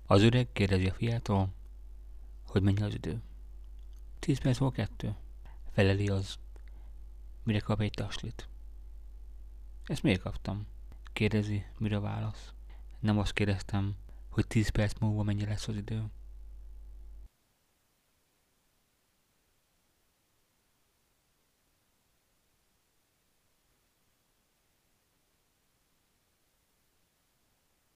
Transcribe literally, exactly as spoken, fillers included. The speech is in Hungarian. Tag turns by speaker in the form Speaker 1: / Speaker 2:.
Speaker 1: Az öreg kérdezi a fiától, hogy mennyi az idő. Tíz perc múlva kettő. Feleli az, mire kap egy taslit. Ezt miért kaptam? Kérdezi, mire válasz. Nem azt kérdeztem, hogy tíz perc múlva mennyi lesz az idő.